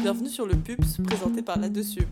Bienvenue sur le PUPS présenté par la Dessup.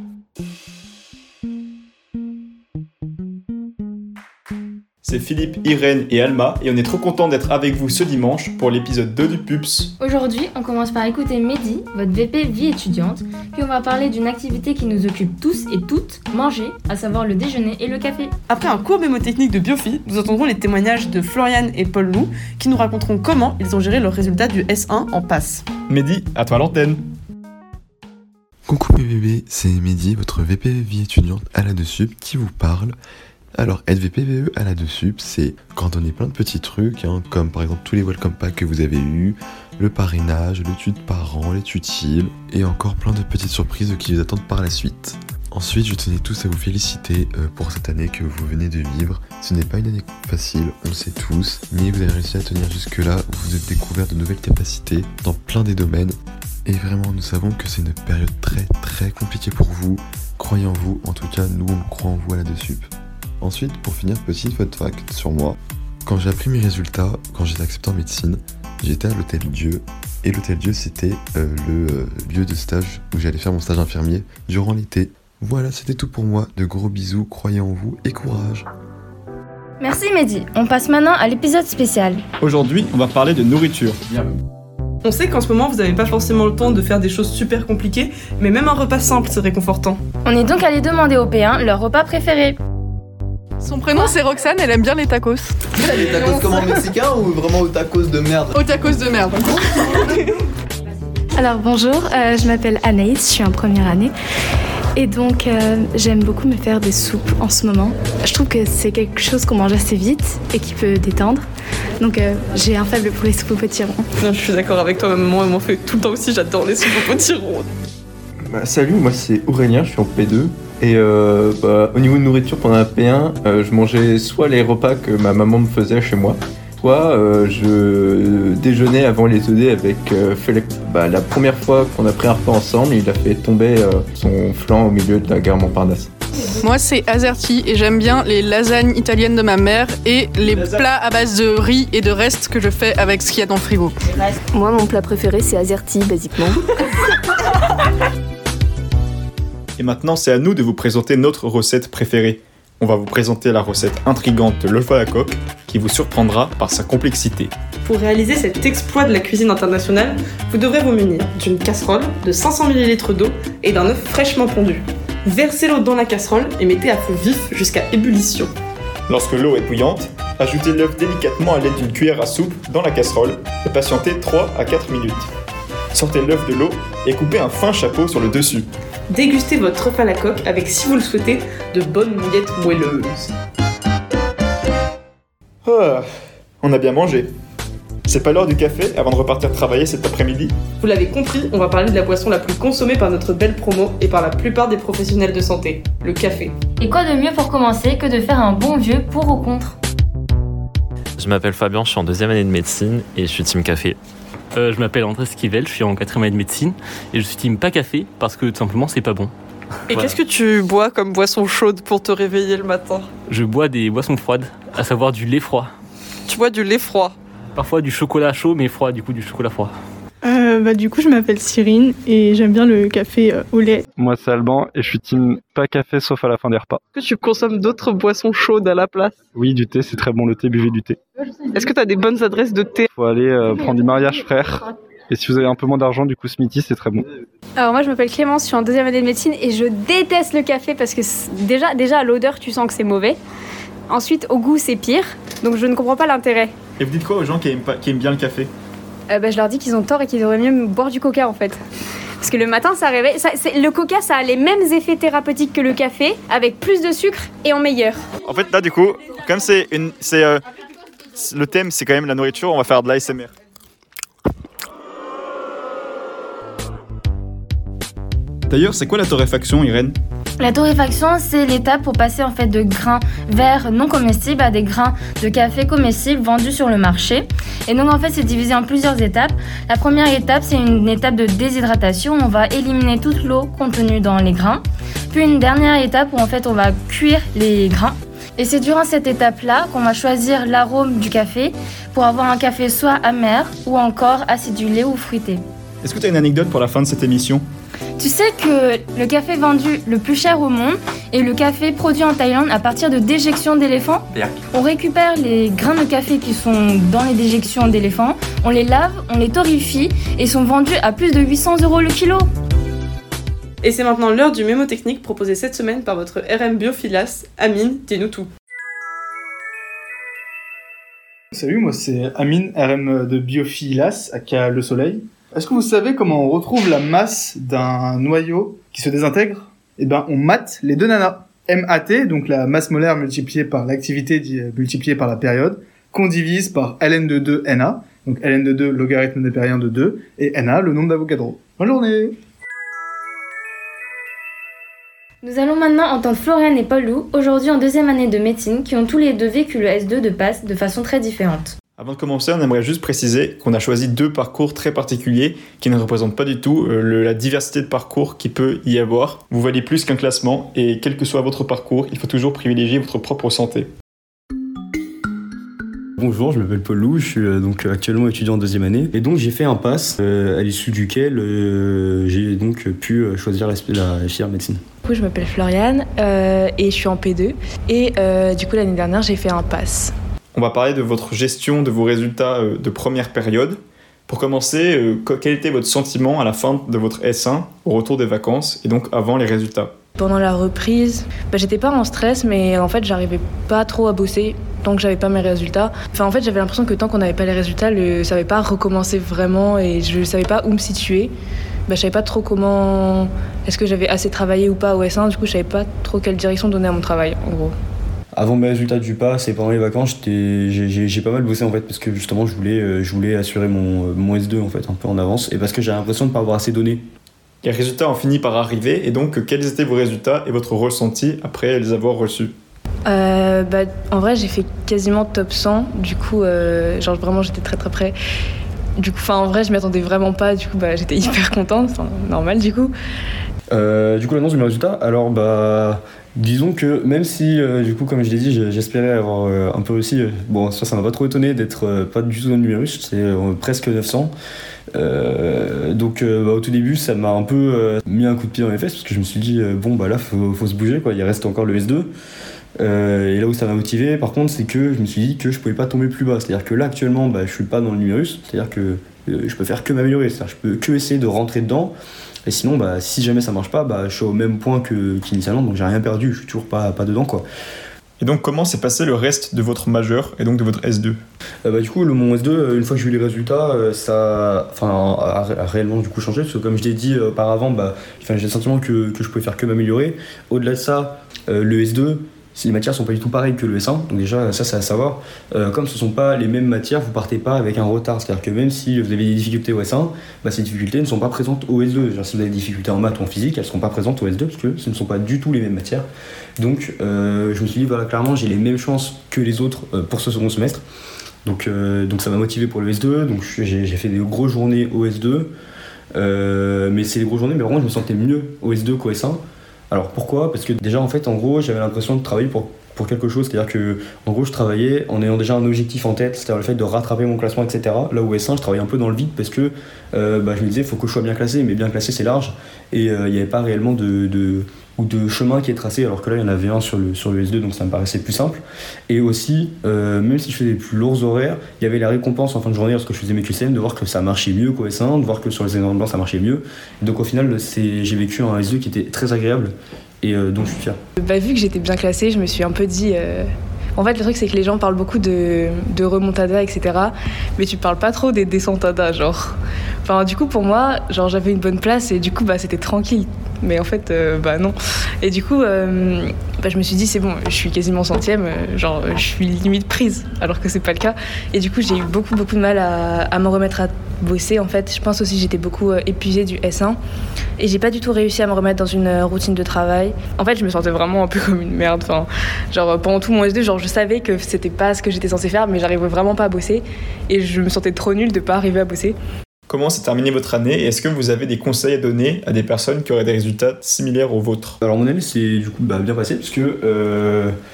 C'est Philippe, Irène et Alma et on est trop contents d'être avec vous ce dimanche pour l'épisode 2 du PUPS. Aujourd'hui, on commence par écouter Mehdi, votre VP vie étudiante, puis on va parler d'une activité qui nous occupe tous et toutes, manger, à savoir le déjeuner et le café. Après un cours mémotechnique de Biofi, nous entendrons les témoignages de Florian et Paul Lou qui nous raconteront comment ils ont géré leurs résultats du S1 en passe. Mehdi, à toi l'antenne. Coucou mes bébés, c'est Mehdi, votre VP vie étudiante à la Dessup qui vous parle. Alors, être VPVE à la Dessup, c'est coordonner plein de petits trucs, comme par exemple tous les welcome packs que vous avez eus, le parrainage, le tude parent, les tutiles, et encore plein de petites surprises qui vous attendent par la suite. Ensuite, je tenais tous à vous féliciter pour cette année que vous venez de vivre. Ce n'est pas une année facile, on le sait tous, mais vous avez réussi à tenir jusque-là, vous avez découvert de nouvelles capacités dans plein des domaines. Et vraiment, nous savons que c'est une période très très compliquée pour vous. Croyez en vous, en tout cas, nous on croit en vous à la Dessup. Ensuite, pour finir, petit fun fact sur moi. Quand j'ai appris mes résultats, quand j'étais accepté en médecine, j'étais à l'Hôtel Dieu. Et l'Hôtel Dieu, c'était le lieu de stage où j'allais faire mon stage infirmier durant l'été. Voilà, c'était tout pour moi. De gros bisous, croyez en vous et courage. Merci Mehdi, on passe maintenant à l'épisode spécial. Aujourd'hui, on va parler de nourriture. On sait qu'en ce moment vous n'avez pas forcément le temps de faire des choses super compliquées, mais même un repas simple c'est réconfortant. On est donc allé demander aux P1 leur repas préféré. Son prénom c'est Roxane, elle aime bien les tacos. Les tacos comment mexicains ou vraiment aux tacos de merde? Aux tacos de merde. Alors bonjour, je m'appelle Anaïs, je suis en première année et donc j'aime beaucoup me faire des soupes en ce moment. Je trouve que c'est quelque chose qu'on mange assez vite et qui peut détendre. Donc j'ai un faible pour les soupes aux potirons. Non, je suis d'accord avec toi, maman elle m'en fait tout le temps aussi, j'adore les soupes aux potirons. Salut, moi c'est Aurélien, je suis en P2 et au niveau de nourriture pendant la P1, je mangeais soit les repas que ma maman me faisait chez moi, soit je déjeunais avant les ED avec Félix. La première fois qu'on a pris un repas ensemble, il a fait tomber son flanc au milieu de la gare Montparnasse. Moi c'est Azerty et j'aime bien les lasagnes italiennes de ma mère et les plats à base de riz et de restes que je fais avec ce qu'il y a dans le frigo. Moi mon plat préféré c'est Azerty basiquement. Et maintenant, c'est à nous de vous présenter notre recette préférée. On va vous présenter la recette intrigante de l'œuf à la coque qui vous surprendra par sa complexité. Pour réaliser cet exploit de la cuisine internationale, vous devrez vous munir d'une casserole, de 500 ml d'eau et d'un œuf fraîchement pondu. Versez l'eau dans la casserole et mettez à feu vif jusqu'à ébullition. Lorsque l'eau est bouillante, ajoutez l'œuf délicatement à l'aide d'une cuillère à soupe dans la casserole et patientez 3 à 4 minutes. Sortez l'œuf de l'eau et coupez un fin chapeau sur le dessus. Dégustez votre œuf à la coque avec, si vous le souhaitez, de bonnes mouillettes moelleuses. On a bien mangé. C'est pas l'heure du café avant de repartir travailler cet après-midi? Vous l'avez compris, on va parler de la boisson la plus consommée par notre belle promo et par la plupart des professionnels de santé, le café. Et quoi de mieux pour commencer que de faire un bon vieux pour ou contre? Je m'appelle Fabien, je suis en 2e année de médecine et je suis team café. Je m'appelle André Skivel, je suis en 4e année de médecine et je suis team pas café parce que tout simplement c'est pas bon. Et voilà. Qu'est-ce que tu bois comme boisson chaude pour te réveiller le matin? Je bois des boissons froides, à savoir du lait froid. Tu bois du lait froid? Parfois du chocolat chaud mais froid, du coup du chocolat froid. Du coup je m'appelle Cyrine et j'aime bien le café au lait. Moi c'est Alban et je suis team pas café sauf à la fin des repas. Est-ce que tu consommes d'autres boissons chaudes à la place? Oui, du thé, c'est très bon le thé, buvez du thé. Est-ce que tu as des bonnes adresses de thé? Faut aller prendre du mariage frère. Et si vous avez un peu moins d'argent, du coup Smithy c'est très bon. Alors moi je m'appelle Clémence, je suis en 2e année de médecine et je déteste le café parce que déjà à l'odeur tu sens que c'est mauvais. Ensuite au goût c'est pire, donc je ne comprends pas l'intérêt. Et vous dites quoi aux gens qui aiment bien le café? Je leur dis qu'ils ont tort et qu'ils devraient mieux boire du coca en fait. Parce que le matin ça réveille, le coca ça a les mêmes effets thérapeutiques que le café, avec plus de sucre et en meilleur. En fait là du coup, comme le thème c'est quand même la nourriture, on va faire de l'ASMR. D'ailleurs, c'est quoi la torréfaction, Irène? La torréfaction, c'est l'étape pour passer en fait de grains verts non comestibles à des grains de café comestibles vendus sur le marché. Et donc en fait, c'est divisé en plusieurs étapes. La première étape, c'est une étape de déshydratation. On va éliminer toute l'eau contenue dans les grains. Puis une dernière étape où en fait, on va cuire les grains. Et c'est durant cette étape-là qu'on va choisir l'arôme du café pour avoir un café soit amer ou encore acidulé ou fruité. est-ce que tu as une anecdote pour la fin de cette émission ? Tu sais que le café vendu le plus cher au monde est le café produit en Thaïlande à partir de déjections d'éléphants. On récupère les grains de café qui sont dans les déjections d'éléphants, on les lave, on les torréfie et sont vendus à plus de 800 € le kilo. Et c'est maintenant l'heure du mémo technique proposé cette semaine par votre RM Biophilas. Amine, dis-nous tout. Salut, moi c'est Amine, RM de Biophilas, aka Le Soleil. Est-ce que vous savez comment on retrouve la masse d'un noyau qui se désintègre ? Eh ben, on mate les deux nanas. MAT, donc la masse molaire multipliée par l'activité multipliée par la période, qu'on divise par ln de 2 Na, donc ln de 2 logarithme népérien de 2, et Na le nombre d'Avogadro. Bonne journée. Nous allons maintenant entendre Floriane et Paul-Lou, aujourd'hui en deuxième année de médecine, qui ont tous les deux vécu le S2 de PASS de façon très différente. Avant de commencer, on aimerait juste préciser qu'on a choisi 2 parcours très particuliers qui ne représentent pas du tout la diversité de parcours qu'il peut y avoir. Vous valez plus qu'un classement et quel que soit votre parcours, il faut toujours privilégier votre propre santé. Bonjour, je m'appelle Paul-Lou, je suis donc actuellement étudiant en deuxième année et donc j'ai fait un PASS à l'issue duquel j'ai donc pu choisir la filière médecine. Du coup, je m'appelle Floriane et je suis en P2 et du coup l'année dernière j'ai fait un PASS. On va parler de votre gestion de vos résultats de première période. Pour commencer, quel était votre sentiment à la fin de votre S1, au retour des vacances, et donc avant les résultats ? Pendant la reprise, j'étais pas en stress, mais en fait j'arrivais pas trop à bosser tant que j'avais pas mes résultats. Enfin en fait j'avais l'impression que tant qu'on n'avait pas les résultats, ça n'avait pas recommencé vraiment et je savais pas où me situer. Je savais pas trop comment, est-ce que j'avais assez travaillé ou pas au S1, du coup je savais pas trop quelle direction donner à mon travail en gros. Avant mes résultats du PASS et pendant les vacances, j'ai pas mal bossé en fait parce que justement je voulais assurer mon S2 en fait un peu en avance et parce que j'avais l'impression de pas avoir assez donné. Les résultats ont fini par arriver et donc quels étaient vos résultats et votre ressenti après les avoir reçus ? En vrai j'ai fait quasiment top 100, du coup vraiment j'étais très très près. Du coup en vrai je m'y attendais vraiment pas, du coup j'étais hyper contente, normal du coup. Du coup l'annonce de mes résultats, alors disons que même si du coup comme je l'ai dit j'espérais avoir un peu aussi, ça m'a pas trop étonné d'être pas du tout dans le numérus, c'est presque 900. Donc au tout début ça m'a un peu mis un coup de pied dans les fesses parce que je me suis dit là faut se bouger quoi, il reste encore le S2. Et là où ça m'a motivé par contre c'est que je me suis dit que je pouvais pas tomber plus bas, c'est-à-dire que là actuellement je suis pas dans le numérus, c'est-à-dire que je peux faire que m'améliorer, c'est-à-dire je peux que essayer de rentrer dedans. Et sinon, si jamais ça marche pas, je suis au même point qu'initialement, donc j'ai rien perdu, je suis toujours pas dedans quoi. Et donc comment s'est passé le reste de votre majeur et donc de votre S2 ? Du coup, mon S2, une fois que j'ai eu les résultats, ça a réellement du coup changé, parce que comme je l'ai dit auparavant, j'ai le sentiment que je pouvais faire que m'améliorer. Au-delà de ça, le S2, les matières sont pas du tout pareilles que le S1, donc déjà ça c'est à savoir. Comme ce sont pas les mêmes matières, vous partez pas avec un retard, c'est-à-dire que même si vous avez des difficultés au S1, ces difficultés ne sont pas présentes au S2. Genre, si vous avez des difficultés en maths ou en physique, elles seront pas présentes au S2 parce que ce ne sont pas du tout les mêmes matières. Donc je me suis dit clairement j'ai les mêmes chances que les autres pour ce second semestre. Donc ça m'a motivé pour le S2, donc j'ai fait des grosses journées au S2, mais c'est des grosses journées, mais vraiment je me sentais mieux au S2 qu'au S1. Alors pourquoi ? Parce que déjà en gros j'avais l'impression de travailler pour quelque chose, c'est-à-dire que en gros je travaillais en ayant déjà un objectif en tête, c'est-à-dire le fait de rattraper mon classement, etc. Là où S1 je travaillais un peu dans le vide parce que je me disais il faut que je sois bien classé, mais bien classé c'est large et il n'y avait pas réellement de chemin qui est tracé, alors que là il y en avait un sur le S2, donc ça me paraissait plus simple. Et aussi même si je faisais des plus lourds horaires, il y avait la récompense en fin de journée lorsque je faisais mes QCM de voir que ça marchait mieux qu'au S1, de voir que sur les examens blancs ça marchait mieux. Et donc au final j'ai vécu un S2 qui était très agréable et dont je suis fier. Vu que j'étais bien classée, je me suis un peu dit... En fait, le truc, c'est que les gens parlent beaucoup de remontada, etc. Mais tu parles pas trop des descentada, genre. Enfin, du coup, pour moi, j'avais une bonne place et du coup, c'était tranquille. Mais en fait, non. Et du coup, je me suis dit, c'est bon, je suis quasiment centième, je suis limite prise, alors que c'est pas le cas. Et du coup, j'ai eu beaucoup de mal à me remettre à bosser. En fait, je pense aussi que j'étais beaucoup épuisée du S1 et j'ai pas du tout réussi à me remettre dans une routine de travail. En fait, je me sentais vraiment un peu comme une merde. Enfin, pendant tout mon S2, je savais que c'était pas ce que j'étais censée faire, mais j'arrivais vraiment pas à bosser et je me sentais trop nulle de pas arriver à bosser. Comment s'est terminée votre année et est-ce que vous avez des conseils à donner à des personnes qui auraient des résultats similaires aux vôtres ? Alors mon année c'est du coup bien passé parce que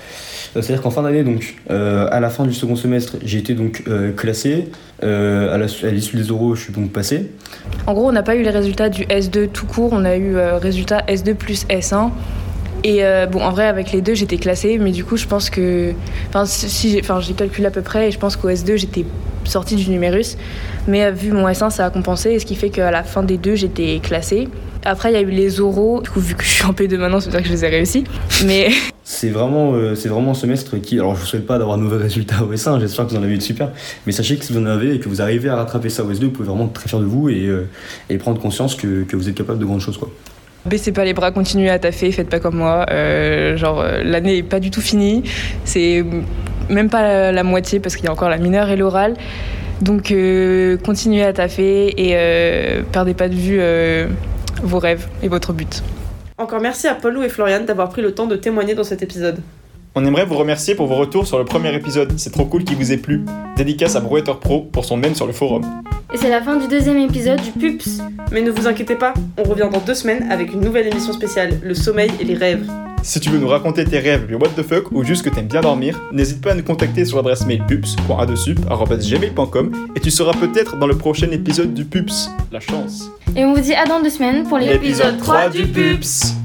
C'est-à-dire qu'en fin d'année, donc, à la fin du second semestre, j'ai été donc classé. À l'issue des oraux, je suis donc passé. En gros, on n'a pas eu les résultats du S2 tout court, on a eu résultat S2 plus S1. Et en vrai, avec les deux, j'étais classée, mais du coup, je pense que. J'ai calculé à peu près, et je pense qu'au S2, j'étais sortie du numérus. Mais vu mon S1, ça a compensé, et ce qui fait qu'à la fin des deux, j'étais classée. Après, il y a eu les oraux. Du coup, vu que je suis en P2 maintenant, ça veut dire que je les ai réussis. Mais. C'est vraiment un semestre qui. Alors, je vous souhaite pas d'avoir de mauvais résultats au S1, j'espère que vous en avez eu de super. Mais sachez que si vous en avez et que vous arrivez à rattraper ça au S2, vous pouvez vraiment être très fier de vous et prendre conscience que vous êtes capable de grandes choses, quoi. Baissez pas les bras, continuez à taffer, faites pas comme moi. L'année est pas du tout finie. C'est même pas la moitié parce qu'il y a encore la mineure et l'oral. Donc continuez à taffer et perdez pas de vue vos rêves et votre but. Encore merci à Paulou et Floriane d'avoir pris le temps de témoigner dans cet épisode. On aimerait vous remercier pour vos retours sur le premier épisode, c'est trop cool qu'il vous ait plu. Dédicace à Brouetteur Pro pour son mème sur le forum. Et c'est la fin du deuxième épisode du PUPS. Mais ne vous inquiétez pas, on revient dans 2 semaines avec une nouvelle émission spéciale, le sommeil et les rêves. Si tu veux nous raconter tes rêves, le what the fuck ou juste que t'aimes bien dormir, n'hésite pas à nous contacter sur l'adresse mail pups.a2sup@gmail.com et tu seras peut-être dans le prochain épisode du PUPS. La chance. Et on vous dit à dans 2 semaines pour l'épisode 3 du PUPS.